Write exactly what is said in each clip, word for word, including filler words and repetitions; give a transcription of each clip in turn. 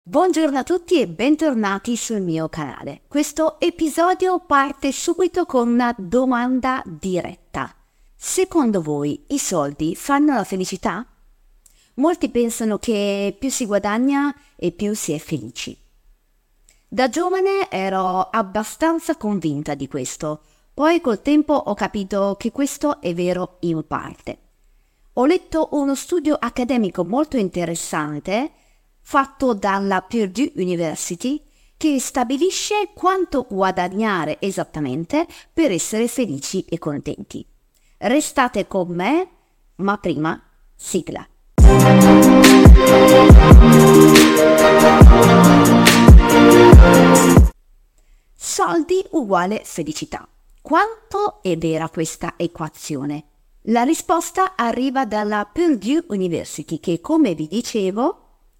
Buongiorno a tutti e bentornati sul mio canale. Questo episodio parte subito con una domanda diretta. Secondo voi i soldi fanno la felicità? Molti pensano che più si guadagna e più si è felici. Da giovane ero abbastanza convinta di questo, poi col tempo ho capito che questo è vero in parte. Ho letto uno studio accademico molto interessante fatto dalla Purdue University che stabilisce quanto guadagnare esattamente per essere felici e contenti. Restate con me, ma prima sigla. Soldi uguale felicità. Quanto è vera questa equazione? La risposta arriva dalla Purdue University che, come vi dicevo,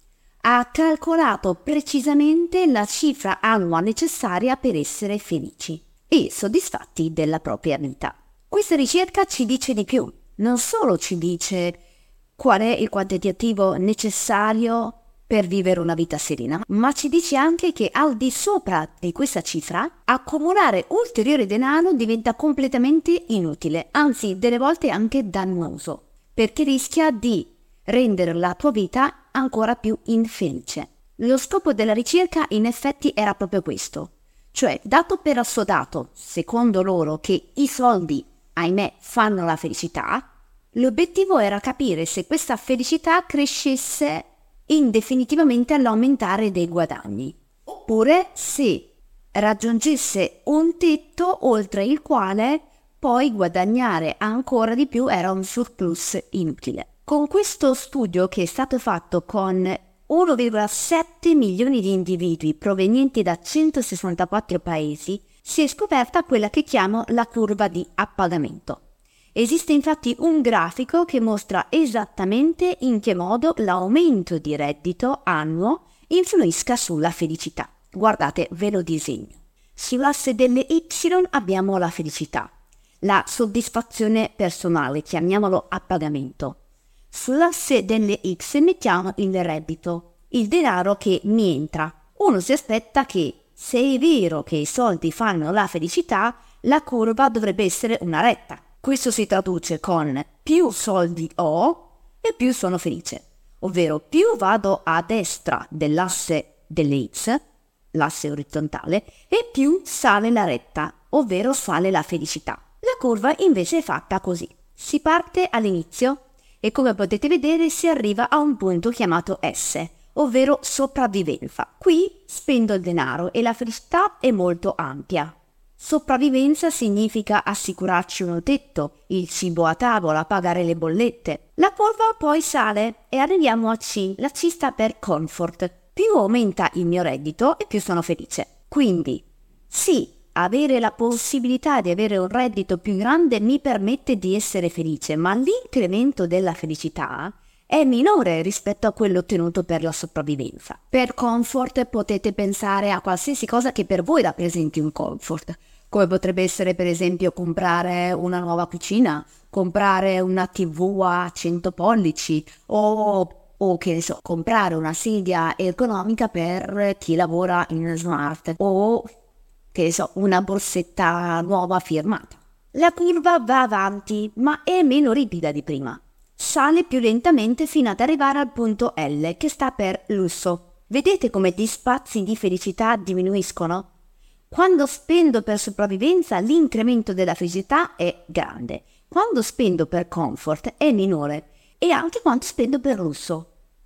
ha calcolato precisamente la cifra annua necessaria per essere felici e soddisfatti della propria vita. Questa ricerca ci dice di più, non solo ci dice qual è il quantitativo necessario per vivere una vita serena, ma ci dice anche che al di sopra di questa cifra accumulare ulteriore denaro diventa completamente inutile, anzi delle volte anche dannoso, perché rischia di rendere la tua vita ancora più infelice. Lo scopo della ricerca in effetti era proprio questo, cioè dato per assodato, secondo loro, che i soldi, ahimè, fanno la felicità, l'obiettivo era capire se questa felicità crescesse indefinitivamente all'aumentare dei guadagni, oppure se raggiungesse un tetto oltre il quale poi guadagnare ancora di più era un surplus inutile. Con questo studio, che è stato fatto con uno virgola sette milioni di individui provenienti da centosessantaquattro paesi, si è scoperta quella che chiamo la curva di appagamento. Esiste infatti un grafico che mostra esattamente in che modo l'aumento di reddito annuo influisca sulla felicità. Guardate, ve lo disegno. Sull'asse delle Y abbiamo la felicità, la soddisfazione personale, chiamiamolo appagamento. Sull'asse delle X mettiamo il reddito, il denaro che mi entra. Uno si aspetta che, se è vero che i soldi fanno la felicità, la curva dovrebbe essere una retta. Questo si traduce con più soldi ho e più sono felice, ovvero più vado a destra dell'asse delle X, l'asse orizzontale, e più sale la retta, ovvero sale la felicità. La curva invece è fatta così. Si parte all'inizio e, come potete vedere, si arriva a un punto chiamato S, ovvero sopravvivenza. Qui spendo il denaro e la felicità è molto ampia. Sopravvivenza significa assicurarci un tetto, il cibo a tavola, pagare le bollette. La curva poi sale e arriviamo a C, la C sta per comfort. Più aumenta il mio reddito e più sono felice. Quindi, sì, avere la possibilità di avere un reddito più grande mi permette di essere felice, ma l'incremento della felicità è minore rispetto a quello ottenuto per la sopravvivenza. Per comfort potete pensare a qualsiasi cosa che per voi rappresenti un comfort, come potrebbe essere per esempio comprare una nuova cucina, comprare una tivù a cento pollici o o che ne so, comprare una sedia ergonomica per chi lavora in smart o che ne so, una borsetta nuova firmata. La curva va avanti, ma è meno ripida di prima. Sale più lentamente fino ad arrivare al punto L, che sta per lusso. Vedete come gli spazi di felicità diminuiscono? Quando spendo per sopravvivenza, l'incremento della felicità è grande. Quando spendo per comfort è minore. E anche quando spendo per lusso.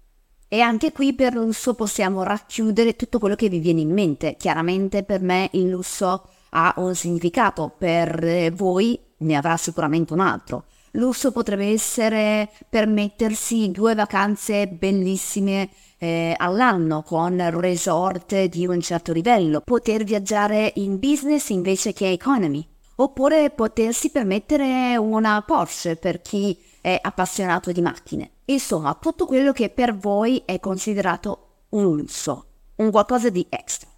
E anche qui per lusso possiamo racchiudere tutto quello che vi viene in mente. Chiaramente per me il lusso ha un significato, per voi ne avrà sicuramente un altro. Lusso potrebbe essere permettersi due vacanze bellissime eh, all'anno con resort di un certo livello, poter viaggiare in business invece che economy, oppure potersi permettere una Porsche per chi è appassionato di macchine. Insomma, tutto quello che per voi è considerato un lusso, un qualcosa di extra.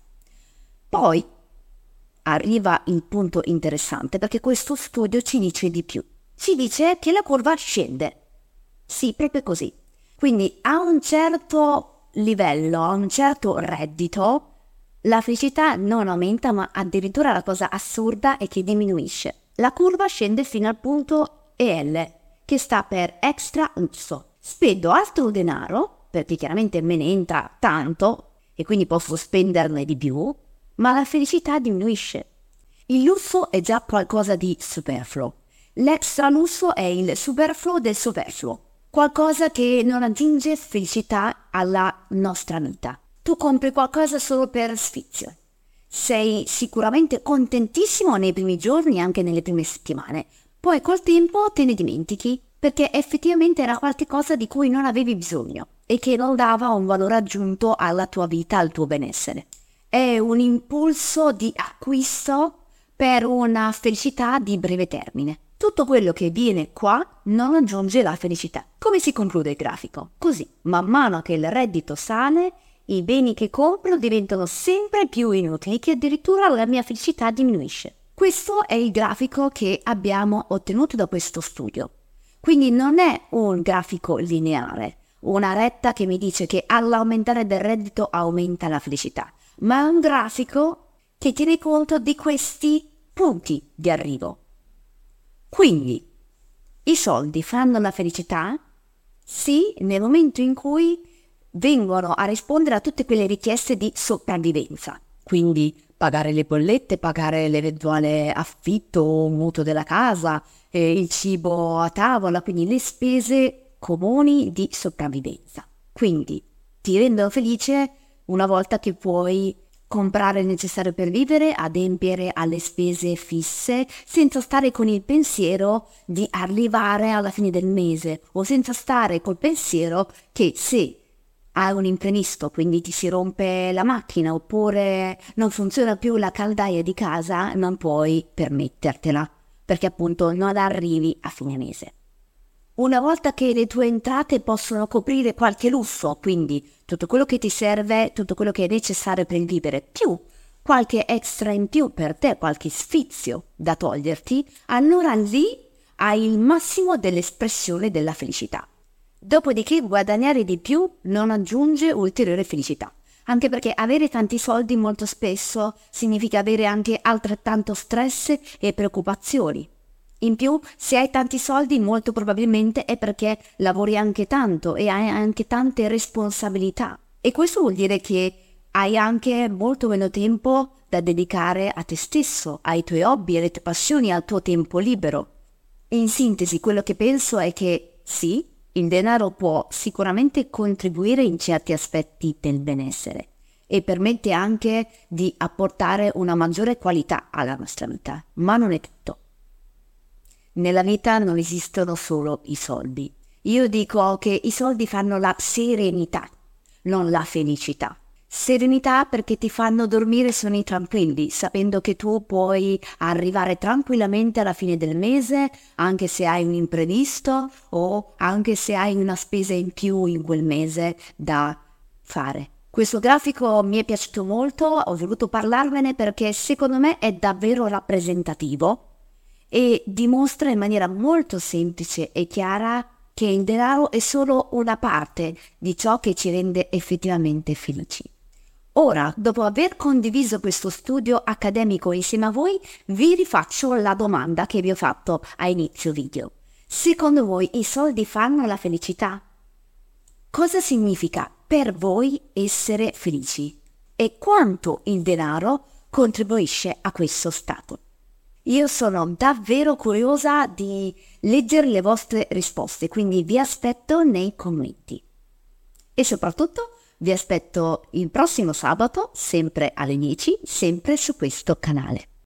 Poi arriva il punto interessante, perché questo studio ci dice di più. Ci dice che la curva scende. Sì, proprio così. Quindi a un certo livello, a un certo reddito, la felicità non aumenta, ma addirittura la cosa assurda è che diminuisce. La curva scende fino al punto E L, che sta per extra lusso. Spendo altro denaro, perché chiaramente me ne entra tanto e quindi posso spenderne di più, ma la felicità diminuisce. Il lusso è già qualcosa di superfluo. L'extra lusso è il superfluo del superfluo, qualcosa che non aggiunge felicità alla nostra vita. Tu compri qualcosa solo per sfizio. Sei sicuramente contentissimo nei primi giorni, anche nelle prime settimane. Poi col tempo te ne dimentichi, perché effettivamente era qualcosa di cui non avevi bisogno e che non dava un valore aggiunto alla tua vita, al tuo benessere. È un impulso di acquisto per una felicità di breve termine. Tutto quello che viene qua non aggiunge la felicità. Come si conclude il grafico? Così, man mano che il reddito sale, i beni che compro diventano sempre più inutili, che addirittura la mia felicità diminuisce. Questo è il grafico che abbiamo ottenuto da questo studio. Quindi non è un grafico lineare, una retta che mi dice che all'aumentare del reddito aumenta la felicità, ma è un grafico che tiene conto di questi punti di arrivo. Quindi, i soldi fanno la felicità? Sì, nel momento in cui vengono a rispondere a tutte quelle richieste di sopravvivenza. Quindi pagare le bollette, pagare l'eventuale affitto o mutuo della casa, eh, il cibo a tavola, quindi le spese comuni di sopravvivenza. Quindi ti rendono felice una volta che puoi comprare il necessario per vivere, adempiere alle spese fisse, senza stare con il pensiero di arrivare alla fine del mese, o senza stare col pensiero che se hai un imprevisto, quindi ti si rompe la macchina oppure non funziona più la caldaia di casa, non puoi permettertela, perché appunto non arrivi a fine mese. Una volta che le tue entrate possono coprire qualche lusso, quindi tutto quello che ti serve, tutto quello che è necessario per vivere, più qualche extra in più per te, qualche sfizio da toglierti, allora lì hai il massimo dell'espressione della felicità. Dopodiché guadagnare di più non aggiunge ulteriore felicità, anche perché avere tanti soldi molto spesso significa avere anche altrettanto stress e preoccupazioni. In più, se hai tanti soldi, molto probabilmente è perché lavori anche tanto e hai anche tante responsabilità. E questo vuol dire che hai anche molto meno tempo da dedicare a te stesso, ai tuoi hobby, alle tue passioni, al tuo tempo libero. In sintesi, quello che penso è che sì, il denaro può sicuramente contribuire in certi aspetti del benessere e permette anche di apportare una maggiore qualità alla nostra vita, ma non è tutto. Nella vita non esistono solo i soldi. Io dico che i soldi fanno la serenità, non la felicità. Serenità perché ti fanno dormire sonni tranquilli, sapendo che tu puoi arrivare tranquillamente alla fine del mese, anche se hai un imprevisto o anche se hai una spesa in più in quel mese da fare. Questo grafico mi è piaciuto molto, ho voluto parlarvene perché secondo me è davvero rappresentativo e dimostra in maniera molto semplice e chiara che il denaro è solo una parte di ciò che ci rende effettivamente felici. Ora, dopo aver condiviso questo studio accademico insieme a voi, vi rifaccio la domanda che vi ho fatto a inizio video. Secondo voi i soldi fanno la felicità? Cosa significa per voi essere felici? E quanto il denaro contribuisce a questo stato? Io sono davvero curiosa di leggere le vostre risposte, quindi vi aspetto nei commenti. E soprattutto vi aspetto il prossimo sabato, sempre alle dieci, sempre su questo canale.